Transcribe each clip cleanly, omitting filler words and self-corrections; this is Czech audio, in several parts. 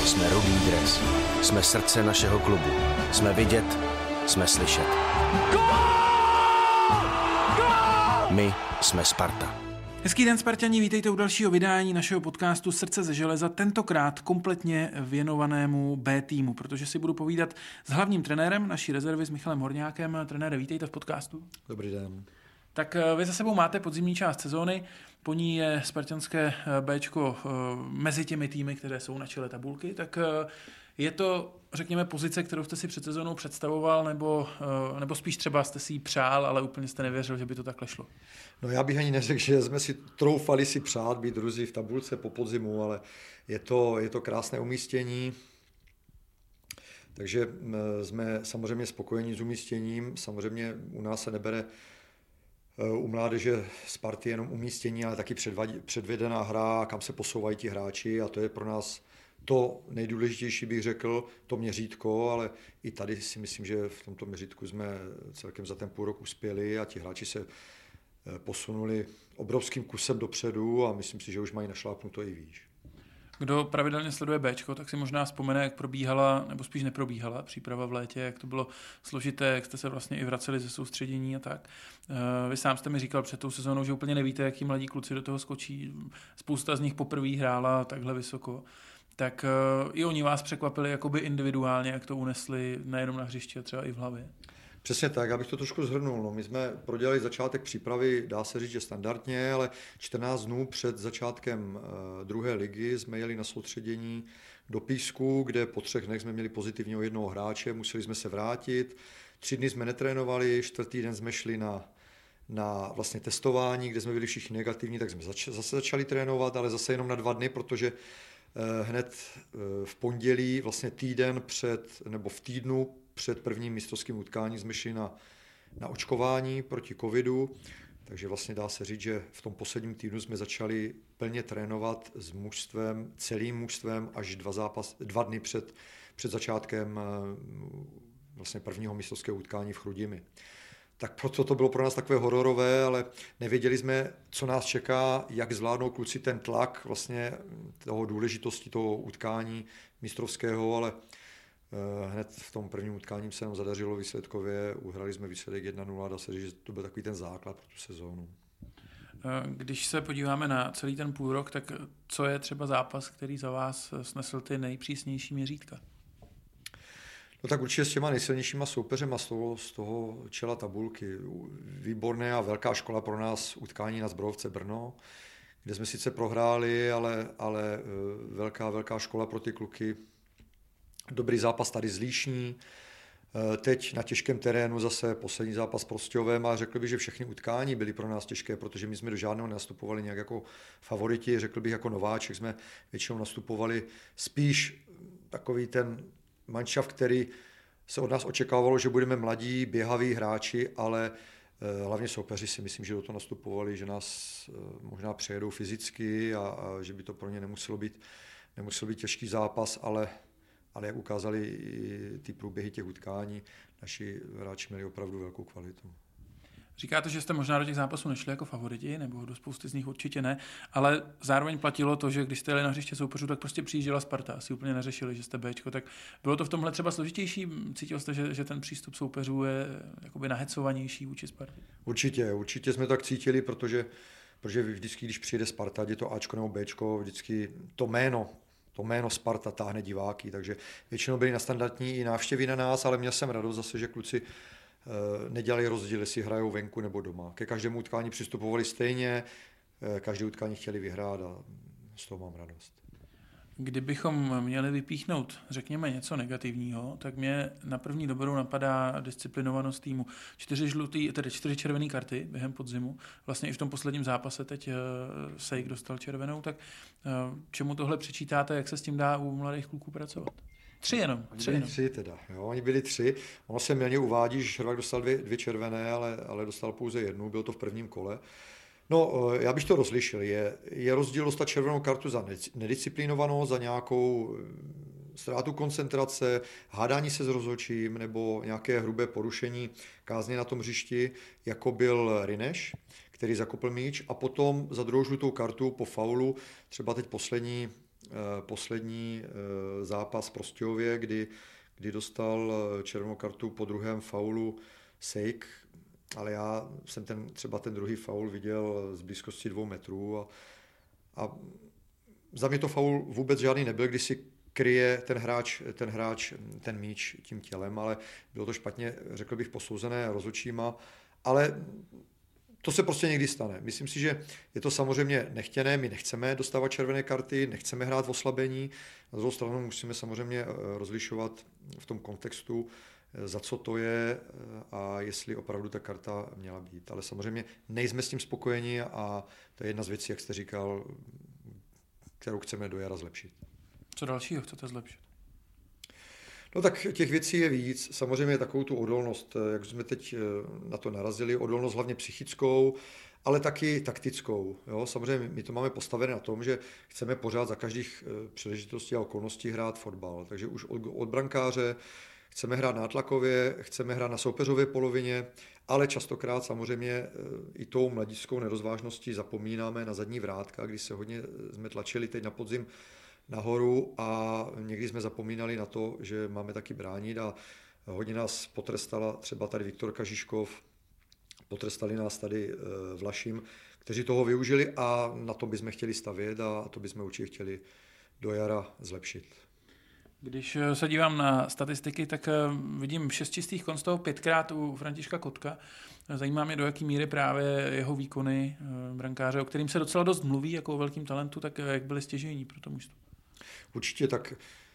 Jsme Rudý dres. Jsme srdce našeho klubu. Jsme vidět, jsme slyšet. My jsme Sparta. Hezký den, Sparťani, vítejte u dalšího vydání našeho podcastu Srdce ze železa, tentokrát kompletně věnovanému B týmu, protože si budu povídat s hlavním trenérem naší rezervy, s Michalem Horňákem. Trenére, vítejte v podcastu. Dobrý den. Tak vy za sebou máte podzimní část sezóny, po ní je spartanské Bčko mezi těmi týmy, které jsou na čele tabulky, tak je to, řekněme, pozice, kterou jste si před sezónou představoval, nebo spíš třeba jste si ji přál, ale úplně jste nevěřil, že by to takhle šlo? No já bych ani neřekl, že jsme si troufali si přát být druzí v tabulce po podzimu, ale je to krásné umístění, takže jsme samozřejmě spokojení s umístěním. Samozřejmě u nás se nebere u mládeže Sparty jenom umístění, ale taky předvedená hra, kam se posouvají ti hráči, a to je pro nás to nejdůležitější, bych řekl, to měřítko, ale i tady si myslím, že v tomto měřítku jsme celkem za ten půl rok uspěli a ti hráči se posunuli obrovským kusem dopředu a myslím si, že už mají našlápnuto i výš. Kdo pravidelně sleduje Bčko, tak si možná vzpomene, jak probíhala, nebo spíš neprobíhala příprava v létě, jak to bylo složité, jak jste se vlastně i vraceli ze soustředění a tak. Vy sám jste mi říkal před tou sezónou, že úplně nevíte, jaký mladí kluci do toho skočí. Spousta z nich poprvé hrála takhle vysoko. Tak i oni vás překvapili jakoby individuálně, jak to unesli nejenom na hřišti, a třeba i v hlavě. Přesně tak, abych to trošku shrnul. No, my jsme prodělali začátek přípravy, dá se říct, že standardně, ale 14 dnů před začátkem druhé ligy jsme jeli na soustředění do Písku, kde po 3 dnech jsme měli pozitivního jednoho hráče, museli jsme se vrátit. 3 dny jsme netrénovali, 4. den jsme šli na vlastně testování, kde jsme byli všichni negativní, tak jsme zase začali trénovat, ale zase jenom na 2 dny, protože hned v pondělí, vlastně v týdnu před prvním mistrovským utkáním jsme šli na očkování proti covidu, takže vlastně dá se říct, že v tom posledním týdnu jsme začali plně trénovat s mužstvem, celým mužstvem až 2 dny před začátkem vlastně prvního mistrovského utkání v Chrudimi. Tak proto to bylo pro nás takové hororové, ale nevěděli jsme, co nás čeká, jak zvládnou kluci ten tlak vlastně toho důležitosti toho utkání mistrovského, ale hned v tom prvním utkání se nám zadařilo výsledkově, uhrali jsme výsledek 1-0 a dá se říct, že to byl takový ten základ pro tu sezónu. Když se podíváme na celý ten půlrok, tak co je třeba zápas, který za vás snesl ty nejpřísnější měřítka? No tak určitě s těma nejsilnějšíma soupeřema z toho čela tabulky. Výborná a velká škola pro nás utkání na Zbrojovce Brno, kde jsme sice prohráli, ale velká škola pro ty kluky. Dobrý zápas tady z Líšní, teď na těžkém terénu zase poslední zápas s Prostějovem a řekl bych, že všechny utkání byly pro nás těžké, protože my jsme do žádného nenastupovali nějak jako favoriti, řekl bych jako nováček, jsme většinou nastupovali spíš takový ten manšaft, který se od nás očekávalo, že budeme mladí, běhaví hráči, ale hlavně soupeři si myslím, že do toho nastupovali, že nás možná přejedou fyzicky a že by to pro ně nemuselo být těžký zápas, ale jak ukázali i ty průběhy těch utkání, naši hráči měli opravdu velkou kvalitu. Říkáte, že jste možná do těch zápasů nešli jako favoriti, nebo do spousty z nich určitě ne, ale zároveň platilo to, že když jste jeli na hřiště soupeřů, tak prostě přijížděla Sparta, asi úplně neřešili, že jste Bčko, tak bylo to v tomhle třeba složitější? Cítil jste, že ten přístup soupeřů je jakoby nahecovanější vůči Spartě? Určitě jsme tak cítili, protože vždycky, když přijde Sparta, je to Ačko nebo Bčko, vždycky to jméno Sparta táhne diváky, takže většinou byly na standardní i návštěvy na nás, ale měl jsem radost zase, že kluci nedělali rozdíl, jestli hrajou venku nebo doma. Ke každému utkání přistupovali stejně, každé utkání chtěli vyhrát a z toho mám radost. Kdybychom měli vypíchnout, řekněme, něco negativního, tak mě na první dobrou napadá disciplinovanost týmu. 4 červené karty během podzimu. Vlastně i v tom posledním zápase teď Sejk dostal červenou, tak čemu tohle přičítáte, jak se s tím dá u mladých kluků pracovat? 3 jenom. Oni byli 3. Ono se mylně uvádí, že Šervák dostal 2 červené, ale dostal pouze 1, bylo to v prvním kole. No, já bych to rozlišil. Je rozdíl dostat červenou kartu za nedisciplinovanost, za nějakou ztrátu koncentrace, hádání se s rozhodčím nebo nějaké hrubé porušení kázně na tom hřišti, jako byl Rineš, který zakopl míč, a potom za druhou žlutou kartu po faulu, třeba teď poslední poslední zápas v Prostějově, kdy dostal červenou kartu po druhém faulu Sejk, ale já jsem třeba ten druhý faul viděl z blízkosti 2 metrů a za mě to faul vůbec žádný nebyl, když si kryje ten hráč ten míč tím tělem, ale bylo to špatně, řekl bych, posouzené rozhodčíma, ale to se prostě někdy stane. Myslím si, že je to samozřejmě nechtěné, my nechceme dostávat červené karty, nechceme hrát v oslabení, na druhou stranu musíme samozřejmě rozlišovat v tom kontextu, za co to je a jestli opravdu ta karta měla být. Ale samozřejmě nejsme s tím spokojeni a to je jedna z věcí, jak jste říkal, kterou chceme do jara zlepšit. Co dalšího chcete zlepšit? No tak těch věcí je víc. Samozřejmě takovou tu odolnost, jak jsme teď na to narazili, odolnost hlavně psychickou, ale taky taktickou. Jo? Samozřejmě my to máme postavené na tom, že chceme pořád za každých příležitostí a okolností hrát fotbal. Takže už od brankáře chceme hrát nátlakově, chceme hrát na soupeřové polovině, ale častokrát samozřejmě i tou mladickou nerozvážností zapomínáme na zadní vrátka, kdy se hodně jsme tlačili teď na podzim nahoru a někdy jsme zapomínali na to, že máme taky bránit a hodně nás potrestala třeba tady Viktor Kažiškov, potrestali nás tady Vlašim, kteří toho využili a na to bychom chtěli stavět a to bychom určitě chtěli do jara zlepšit. Když se dívám na statistiky, tak vidím 6 čistých kon, z toho 5krát u Františka Kotka. Zajímá mě, do jaký míry právě jeho výkony brankáře, o kterým se docela dost mluví jako o velkým talentu, tak jak byly stěžejní pro to mužstvo. Určitě tak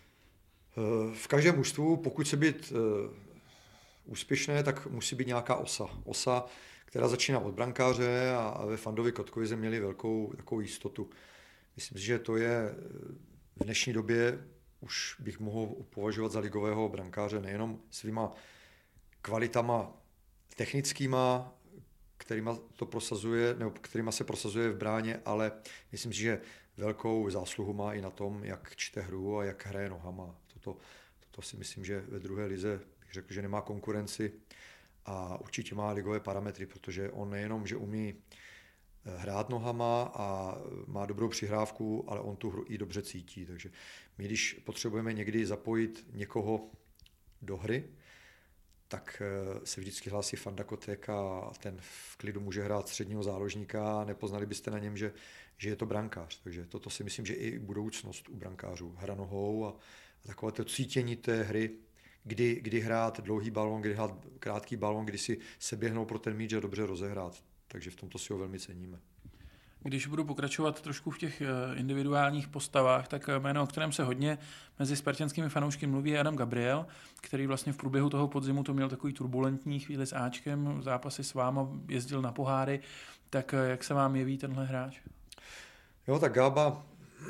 v každém mužstvu, pokud se být úspěšné, tak musí být nějaká osa, která začíná od brankáře a ve Fandovi Kotkovi jsme měli velkou takovou jistotu. Myslím si, že to je v dnešní době už bych mohl považovat za ligového brankáře nejenom svýma kvalitama technickýma, kterýma to prosazuje, nebo kterýma se prosazuje v bráně, ale myslím si, že velkou zásluhu má i na tom, jak čte hru a jak hraje nohama. Toto si myslím, že ve druhé lize bych řekl, že nemá konkurenci a určitě má ligové parametry, protože on nejenom, že umí hrát nohama a má dobrou přihrávku, ale on tu hru i dobře cítí. Takže my, když potřebujeme někdy zapojit někoho do hry, tak se vždycky hlásí Fanda Kotek a ten v klidu může hrát středního záložníka a nepoznali byste na něm, že je to brankář. Takže toto si myslím, že i budoucnost u brankářů. Hra nohou a takové to cítění té hry, kdy hrát dlouhý balon, kdy hrát krátký balon, kdy si seběhnou pro ten míč a dobře rozehrát. Takže v tomto si ho velmi ceníme. Když budu pokračovat trošku v těch individuálních postavách, tak jméno, o kterém se hodně mezi spartanskými fanoušky mluví, je Adam Gabriel, který vlastně v průběhu toho podzimu to měl takový turbulentní chvíli s Ačkem, v zápasy s váma jezdil na poháry, tak jak se vám jeví tenhle hráč? Jo, tak Gába,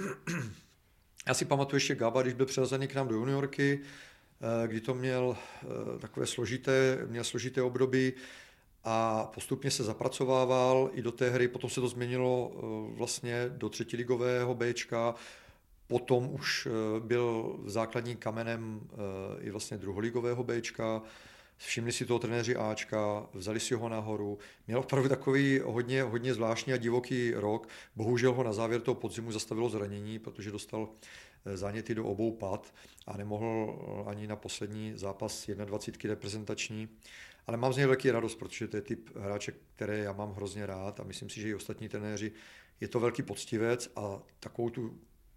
já si pamatuju ještě Gába, když byl převezený k nám do juniorky, kdy to měl takové složité období, a postupně se zapracovával i do té hry, potom se to změnilo vlastně do třetiligového Bčka, potom už byl základním kamenem i vlastně druholigového Bčka, všimli si toho trenéři Ačka, vzali si ho nahoru, měl opravdu takový hodně zvláštní a divoký rok, bohužel ho na závěr toho podzimu zastavilo zranění, protože dostal záněty do obou pat a nemohl ani na poslední zápas 21 reprezentační. Ale mám z něj velký radost, protože to je typ hráče, které já mám hrozně rád a myslím si, že i ostatní trenéři. Je to velký poctivec a takovou tu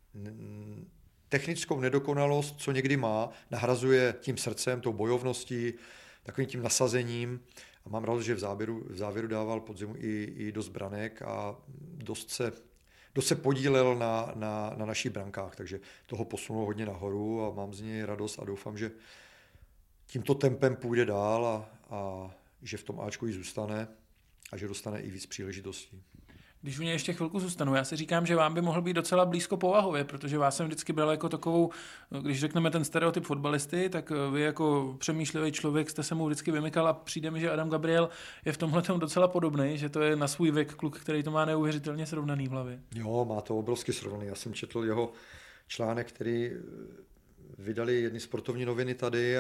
technickou nedokonalost, co někdy má, nahrazuje tím srdcem, tou bojovností, takovým tím nasazením. A mám radost, že v závěru dával podzimu i dost branek a dost se podílel na našich brankách, takže toho posunul hodně nahoru a mám z něj radost a doufám, že tímto tempem půjde dál a že v tom Ačku i zůstane a že dostane i víc příležitostí. Když u něj ještě chvilku zůstanu, já si říkám, že vám by mohl být docela blízko povahově, protože vás jsem vždycky bral jako takovou, když řekneme ten stereotyp fotbalisty, tak vy jako přemýšlivý člověk jste se mu vždycky vymykal a přijde mi, že Adam Gabriel je v tomhletom docela podobný, že to je na svůj věk kluk, který to má neuvěřitelně srovnaný v hlavě. Jo, má to obrovsky srovnaný. Já jsem četl jeho článek, který vydali jedny sportovní noviny tady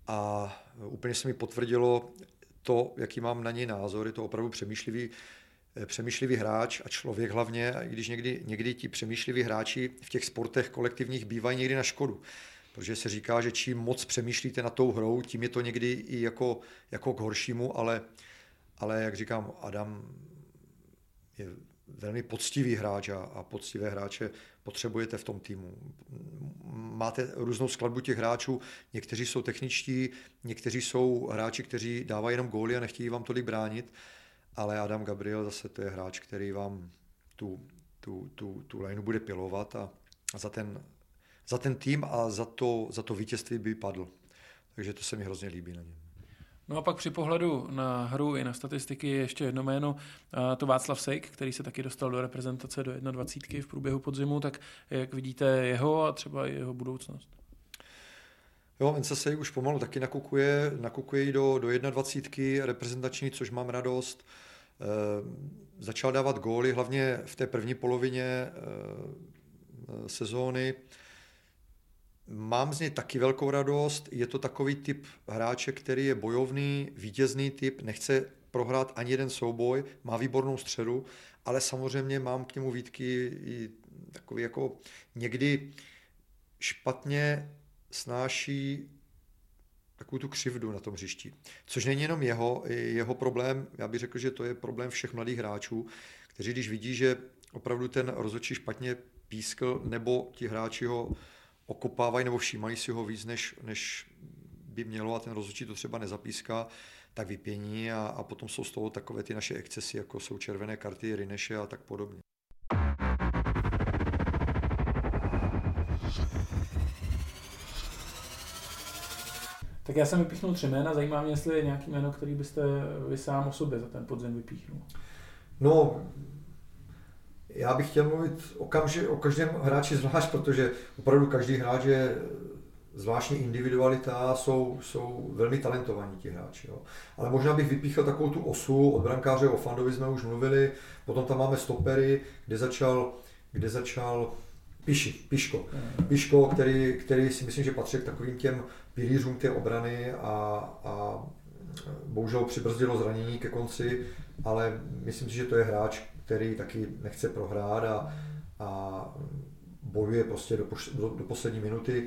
a úplně se mi potvrdilo to, jaký mám na něj názor. Je to opravdu přemýšlivý přemýšlivý hráč a člověk hlavně, i když někdy ti přemýšliví hráči v těch sportech kolektivních bývají někdy na škodu. Protože se říká, že čím moc přemýšlíte nad tou hrou, tím je to někdy i jako k horšímu, ale jak říkám, Adam je velmi poctivý hráč a poctivé hráče potřebujete v tom týmu. Máte různou skladbu těch hráčů, někteří jsou techničtí, někteří jsou hráči, kteří dávají jenom góly a nechtějí vám tolik bránit, ale Adam Gabriel zase to je hráč, který vám tu lineu bude pilovat a za ten tým a za to vítězství by padl. Takže to se mi hrozně líbí na něm. No a pak při pohledu na hru i na statistiky je ještě jedno jméno, to Václav Sejk, který se taky dostal do reprezentace do 21 v průběhu podzimu, tak jak vidíte jeho a třeba i jeho budoucnost? Jo, Vince Sejk už pomalu taky nakukuje do 21 reprezentační, což mám radost. Začal dávat góly, hlavně v té první polovině sezóny. Mám z něj taky velkou radost, je to takový typ hráče, který je bojovný, vítězný typ, nechce prohrát ani jeden souboj, má výbornou středu, ale samozřejmě mám k němu výtky i takový jako někdy špatně snáší takovou tu křivdu na tom hřišti. Což není jenom jeho problém, já bych řekl, že to je problém všech mladých hráčů, kteří když vidí, že opravdu ten rozhodčí špatně pískl, nebo ti hráči ho okopávají nebo všímají si ho víc, než by mělo a ten rozhodčí to třeba nezapíská, tak vypění a potom jsou z toho takové ty naše excesy, jako jsou červené karty, Rineše a tak podobně. Tak já jsem vypíchnul 3 jména, zajímá mě, jestli je nějaký jméno, který byste vy sám o sobě za ten podzim vypíchnul. No, já bych chtěl mluvit o každém hráči zvlášť, protože opravdu každý hráč je zvláštní individualita, jsou velmi talentovaní ti hráči. Jo. Ale možná bych vypíchl takovou tu osu, od brankáře o Fandovi jsme už mluvili, potom tam máme stopery, kde začal Piško, který si myslím, že patří k takovým těm pilířům té obrany a bohužel přibrzdilo zranění ke konci, ale myslím si, že to je hráč, který taky nechce prohrát a bojuje prostě do poslední minuty.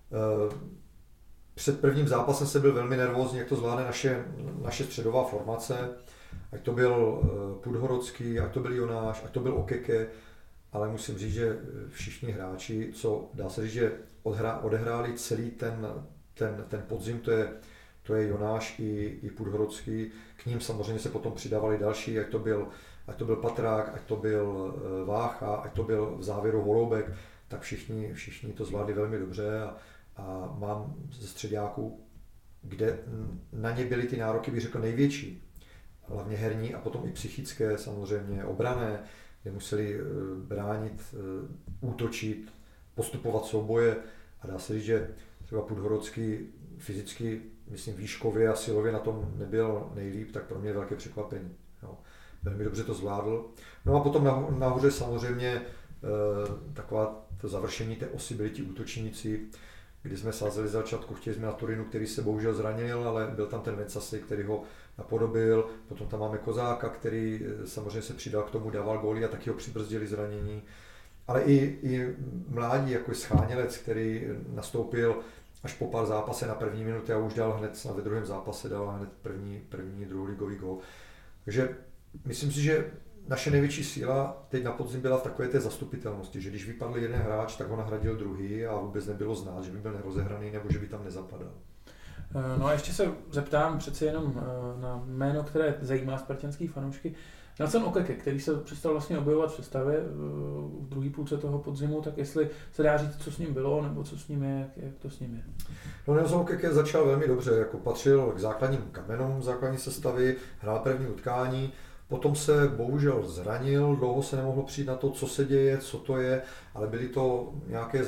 Před prvním zápasem se byl velmi nervózní, jak to zvládne naše středová formace, ať to byl Podhorodský, ať to byl Jonáš, ať to byl Okeke, ale musím říct, že všichni hráči, co dá se říct, že odehráli celý ten podzim, to je Jonáš i Podhorodský, k ním samozřejmě se potom přidávali další, ať to byl Patrák, ať to byl Vácha, ať to byl v závěru Holoubek, tak všichni to zvládli velmi dobře a mám ze středáků, kde na ně byly ty nároky, bych řekl, největší, hlavně herní a potom i psychické, samozřejmě obranné, kde museli bránit, útočit, postupovat souboje a dá se říct, že třeba Podhorodský fyzicky, myslím výškově a silově na tom nebyl nejlíp, tak pro mě je velké překvapení. Jo. Velmi dobře to zvládl. No a potom nahoře samozřejmě taková to završení té osy byli ti útočníci, kdy jsme sázeli za začátku, chtěli jsme na Turinu, který se bohužel zranil, ale byl tam ten Vencasy, který ho napodobil, potom tam máme Kozáka, který samozřejmě se přidal k tomu, dával góly a taky ho přibrzdili zranění. Ale i mládí, jako je Schánělec, který nastoupil až po pár zápasech na první minuty a už dal hned ve druhém zápase dal hned první druholigový gól. Takže myslím si, že naše největší síla teď na podzim byla v takové té zastupitelnosti, že když vypadl jeden hráč, tak ho nahradil druhý a vůbec nebylo znát, že by byl nerozehraný nebo že by tam nezapadal. No a ještě se zeptám přeci jenom na jméno, které zajímá spartanský fanoušky. Nelson Okeke, který se přestal vlastně objevovat v sestavě v druhé půlce toho podzimu, tak jestli se dá říct, co s ním bylo, nebo co s ním je, jak to s ním je? No Nelson Okeke začal velmi dobře, jako patřil k základním kamenům základní sestavy, hrál první utkání, potom se bohužel zranil, dlouho se nemohlo přijít na to, co se děje, co to je, ale byly to nějaké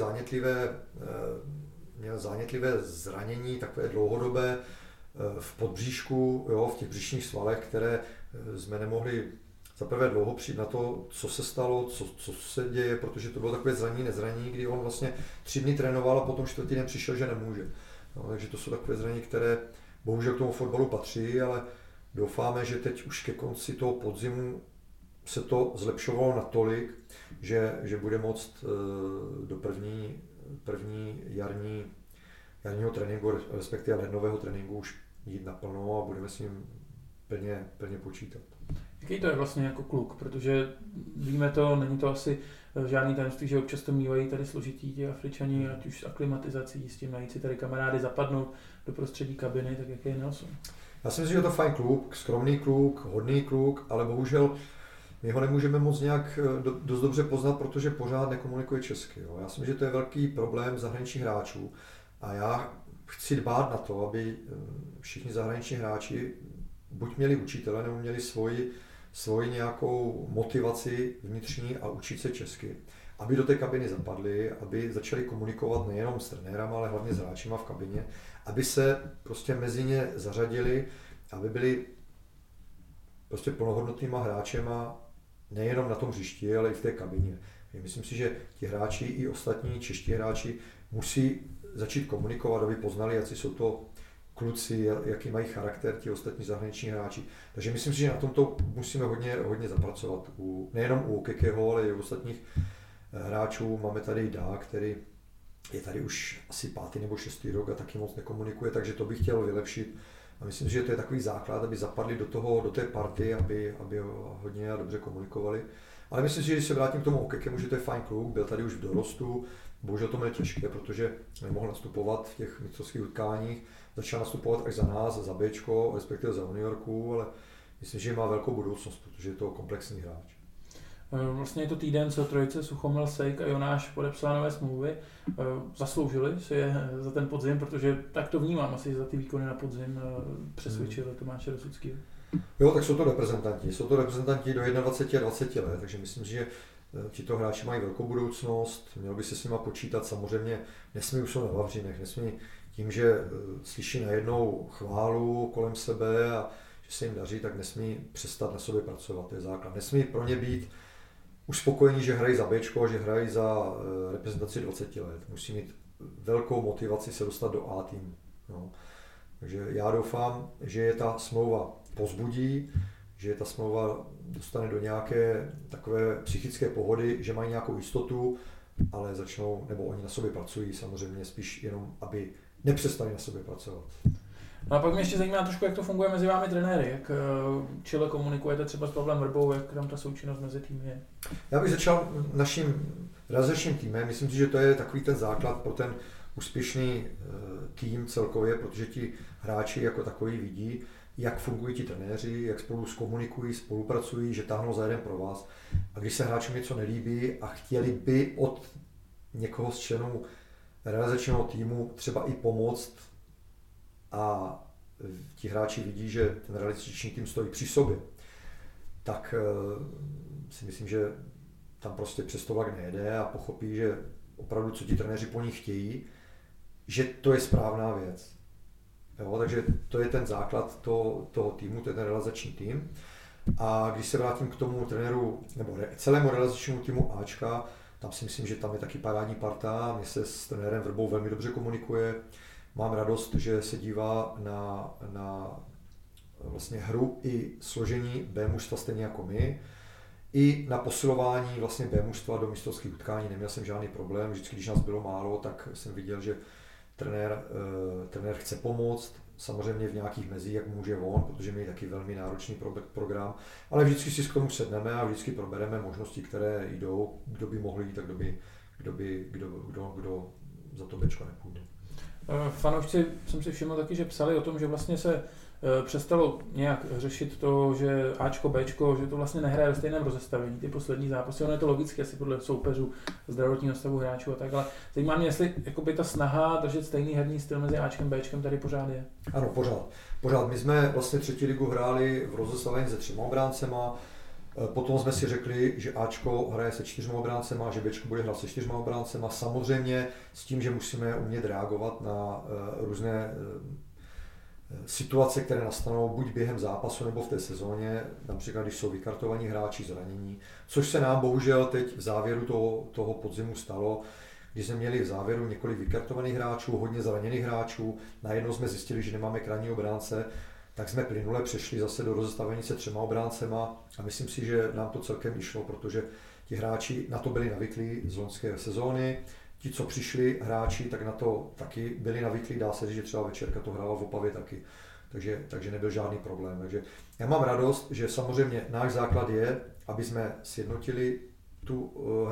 zánětlivé zranění, takové dlouhodobé v podbříšku, jo, v těch břišních svalech, které jsme nemohli zaprvé dlouho přijít na to, co se stalo, co se děje, protože to bylo takové nezranění, kdy on vlastně 3 dny trénoval a potom 4. den přišel, že nemůže. No, takže to jsou takové zranění, které bohužel k tomu fotbalu patří, ale doufáme, že teď už ke konci toho podzimu se to zlepšovalo natolik, že bude moct do první jarního tréninku, respektive lednového tréninku už jít naplno a budeme s ním plně počítat. Jaký to je vlastně jako kluk? Protože víme to, není to asi žádný tajemství, že občas to mývají tady složití ti Afričani, ať už s aklimatizací, s tím najít si tady kamarády, zapadnout do prostředí kabiny, tak jaký je Nelson? Já si myslím, že je to fajn kluk, skromný kluk, hodný kluk, ale bohužel my ho nemůžeme moc nějak dost dobře poznat, protože pořád nekomunikuje česky. Jo. Já si myslím, že to je velký problém zahraničních hráčů a já chci dbát na to, aby všichni zahraniční hráči buď měli učitele, nebo měli svoji nějakou motivaci vnitřní a učit se česky. Aby do té kabiny zapadli, aby začali komunikovat nejenom s trenérama, ale hlavně s hráčima v kabině, aby se prostě mezi ně zařadili, aby byli prostě plnohodnotnýma hráčema nejenom na tom hřišti, ale i v té kabině. Myslím si, že ti hráči i ostatní čeští hráči musí začít komunikovat, aby poznali, jaký jsou to kluci, jaký mají charakter ti ostatní zahraniční hráči. Takže myslím si, že na tomto musíme hodně zapracovat. Nejenom u Okekeho, ale i u ostatních hráčů. Máme tady Dá, který je tady už asi 5. nebo 6. rok a taky moc nekomunikuje, takže to bych chtěl vylepšit. A myslím si, že to je takový základ, aby zapadli do té party, aby hodně a dobře komunikovali. Ale myslím si, že když se vrátím k tomu Okekemu, že to je fajn kluk, byl tady už v dorostu, bohužel to měl těžké, protože nemohl nastupovat v těch mistrovských utkáních. Začal nastupovat až za nás, za Bčko, respektive za juniorku, ale myslím, že má velkou budoucnost, protože je to komplexní hráč. Vlastně je to týden, co trojice Suchomil, Sejk a Jonáš podepsali nové smlouvy. Zasloužili si je za ten podzim, protože tak to vnímám, asi za ty výkony na podzim přesvědčili Tomáše Rosuckého. Jo, tak jsou to reprezentanti do 21 a 20 let, takže myslím, že tito hráči mají velkou budoucnost, mělo by se s nima počítat, samozřejmě nesmí už jsou na vavřínech, nesmí tím, že slyší najednou chválu kolem sebe a že se jim daří, tak nesmí přestat na sobě pracovat, to je základ. Nesmí pro ně být uspokojení, že hrají za Bčko, že hrají za reprezentaci 20 let. Musí mít velkou motivaci se dostat do A týmu. No. Takže já doufám, že je ta smlouva pozbudí, že je ta smlouva dostane do nějaké takové psychické pohody, že mají nějakou jistotu, ale začnou, nebo oni na sobě pracují samozřejmě spíš jenom, aby nepřestali na sobě pracovat. No a pak mě ještě zajímá trošku, jak to funguje mezi vámi trenéry, jak čile komunikujete třeba s Pavlem Vrbou, jak tam ta součinnost mezi týmy je? Já bych začal naším realizačním týmem, myslím si, že to je takový ten základ pro ten úspěšný tým celkově, protože ti hráči jako takový vidí, jak fungují ti trenéři, jak spolu komunikují, spolupracují, že táhnou za jeden pro vás. A když se hráčům něco nelíbí a chtěli by od někoho z členů realizačního týmu třeba i pomoct a ti hráči vidí, že ten realizační tým stojí při sobě, tak si myslím, že tam prostě přes to vlak nejede a pochopí, že opravdu, co ti trenéři po nich chtějí, že to je správná věc. Jo, takže to je ten základ toho týmu, to je ten realizační tým. A když se vrátím k tomu trenéru, nebo celému realizačnímu týmu Ačka, tam si myslím, že tam je taky parádní parta, mě se s trenérem Vrbou velmi dobře komunikuje. Mám radost, že se dívá na vlastně hru i složení B mužstva stejně jako my. I na posilování vlastně B mužstva do mistrovských utkání neměl jsem žádný problém. Vždycky, když nás bylo málo, tak jsem viděl, že trenér chce pomoct, samozřejmě v nějakých mezích, jak může on, protože mají taky velmi náročný program, ale vždycky si k tomu sedneme a vždycky probereme možnosti, které jdou, kdo by mohl jít a kdo za to Bčko nepůjde. Fanoušci jsem si všiml taky, že psali o tom, že vlastně se přestalo nějak řešit to, že Ačko, Bčko, že to vlastně nehraje ve stejném rozestavení, ty poslední zápasy. Ono je to logické asi podle soupeřů, zdravotního stavu hráčů a tak, ale zajímá mě, jestli jakoby ta snaha držet stejný herní styl mezi Ačkem a Bčkem tady pořád je. Ano, pořád. My jsme vlastně 3. ligu hráli v rozestavení se 3 obráncema, potom jsme si řekli, že Ačko hraje se 4 obráncema, že Bčko bude hrát se 4 obráncema, samozřejmě s tím, že musíme umět reagovat na různé situace, které nastanou buď během zápasu nebo v té sezóně, například když jsou vykartovaní hráči zranění, což se nám bohužel teď v závěru toho podzimu stalo, když jsme měli v závěru několik vykartovaných hráčů, hodně zraněných hráčů, najednou jsme zjistili, že nemáme krajní obránce, tak jsme plynule přešli zase do rozestavení se 3 obráncema a myslím si, že nám to celkem išlo, protože ti hráči na to byli navyklí z loňské sezóny. Ti, co přišli hráči, tak na to taky byli navyklí, dá se říct, že třeba Večerka to hrála v Opavě taky, takže nebyl žádný problém. Takže já mám radost, že samozřejmě náš základ je, aby jsme sjednotili tu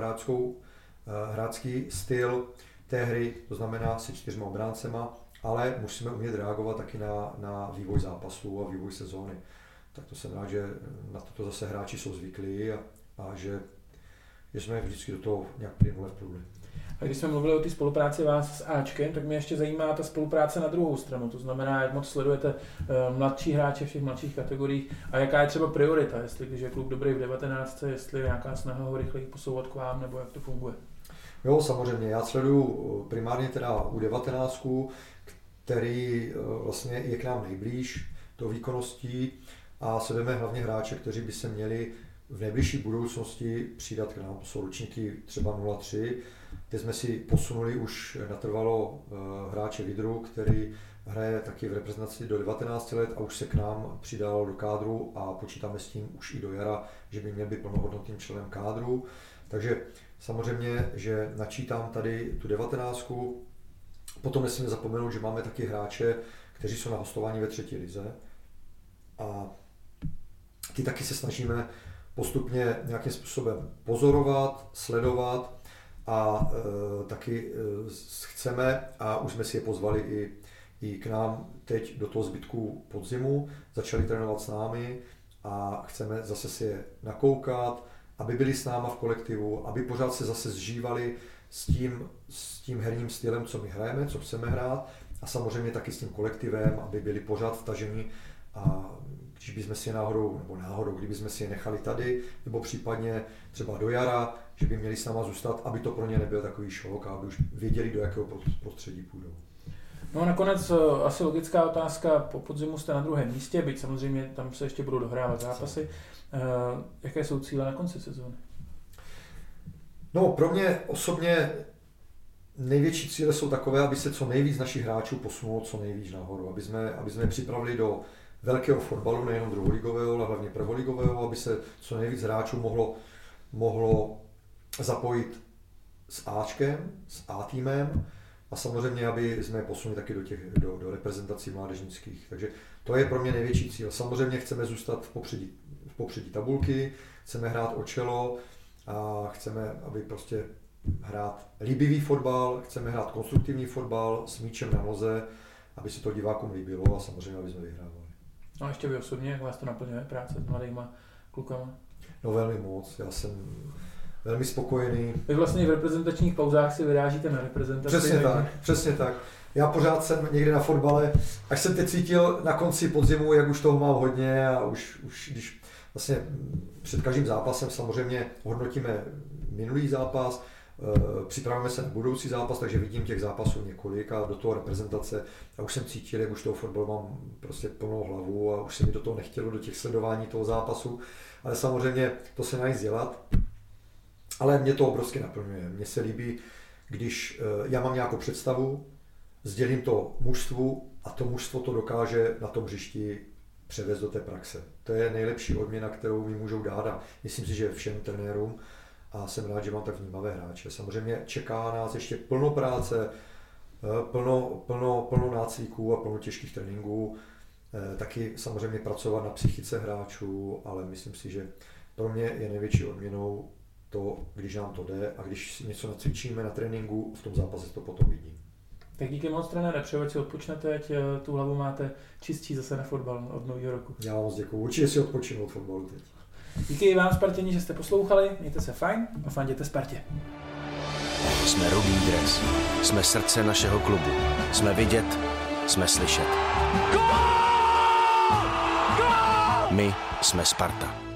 hráčský styl té hry, to znamená se 4 obráncema, ale musíme umět reagovat taky na vývoj zápasů a vývoj sezóny. Tak to jsem rád, že na to zase hráči jsou zvyklí a že jsme vždycky do toho nějak plynule vpluli. A když jsme mluvili o té spolupráci vás s Ačkem, tak mě ještě zajímá ta spolupráce na druhou stranu. To znamená, jak moc sledujete mladší hráče v těch mladších kategoriích a jaká je třeba priorita, jestli když je kluk dobrý v 19, jestli je nějaká snaha ho rychleji posouvat k vám, nebo jak to funguje? Jo, samozřejmě. Já sleduju primárně teda U19, který vlastně je k nám nejblíž tou výkonností a sledujeme hlavně hráče, kteří by se měli v nejbližší budoucnosti přidat k nám. To jsou ročníky třeba 03. Teď jsme si posunuli už natrvalo hráče Vidru, který hraje taky v reprezentaci do 19 let a už se k nám přidal do kádru a počítáme s tím už i do jara, že by měl být plnohodnotným členem kádru. Takže samozřejmě, že načítám tady tu 19. Potom nesmíme zapomenout, že máme taky hráče, kteří jsou na hostování ve 3. lize a ty taky se snažíme postupně nějakým způsobem pozorovat, sledovat a taky chceme, a už jsme si je pozvali i k nám teď do toho zbytku podzimu, začali trénovat s námi a chceme zase si je nakoukat, aby byli s náma v kolektivu, aby pořád se zase zžívali s tím herním stylem, co my hrajeme, co chceme hrát a samozřejmě taky s tím kolektivem, aby byli pořád vtaženi a když bychom si je náhodou, kdybychom si je nechali tady, nebo případně třeba do jara, že by měli s náma zůstat, aby to pro ně nebyl takový šok a aby už věděli, do jakého prostředí půjdou. No a nakonec asi logická otázka, po podzimu jste na 2. místě, byť samozřejmě tam se ještě budou dohrávat zápasy. Jaké jsou cíle na konci sezóny? No pro mě osobně největší cíle jsou takové, aby se co nejvíc našich hráčů posunulo co nejvíc nahoru, aby jsme připravili do velkého fotbalu, nejenom druholigového, ale hlavně prvoligového, aby se co nejvíc hráčů mohlo zapojit s Ačkem, s A-týmem a samozřejmě, aby jsme je posunuli taky do reprezentací mládežnických. Takže to je pro mě největší cíl. Samozřejmě chceme zůstat v popředí tabulky, chceme hrát o čelo a chceme, aby prostě hrát líbivý fotbal, chceme hrát konstruktivní fotbal s míčem na noze, aby se to divákům líbilo a samozřejmě, aby jsme vyhrávali. No a ještě vy osobně, jak vás to naplňuje, práce s mladýma klukama? No velmi moc, já jsem velmi spokojený. Vy vlastně v reprezentačních pauzách si vyrážíte na reprezentaci. Přesně tak. Já pořád jsem někde na fotbale, až jsem teď cítil na konci podzimu, jak už toho mám hodně a už když vlastně před každým zápasem samozřejmě hodnotíme minulý zápas, připravujeme se na budoucí zápas, takže vidím těch zápasů několik a do toho reprezentace a už jsem cítil, jak už toho fotbalu mám prostě plnou hlavu a už se mi do toho nechtělo, do těch sledování toho zápasu, ale samozřejmě to se najít dělat, ale mě to obrovsky naplňuje. Mně se líbí, když já mám nějakou představu, sdělím to mužstvu a to mužstvo to dokáže na tom hřišti převést do té praxe. To je nejlepší odměna, kterou mi můžou dát a myslím si, že všem trenérům a jsem rád, že mám tak vnímavé hráče. Samozřejmě čeká nás ještě plno práce, plno nácviků a plno těžkých tréninků, taky samozřejmě pracovat na psychice hráčů, ale myslím si, že pro mě je největší odměnou to, když nám to jde a když si něco nacvičíme na tréninku, v tom zápase to potom vidím. Tak díky moc, trenére, přeju, ať si odpočnete, ať tu hlavu máte čistší zase na fotbal od nového roku. Já vám moc děkuju, určitě si odpočinu od fotbalu teď. Díky i vám, Spartěni, že jste poslouchali, mějte se fajn a fanděte Spartě. Jsme Rudý dres, jsme srdce našeho klubu, jsme vidět, jsme slyšet. My jsme Sparta.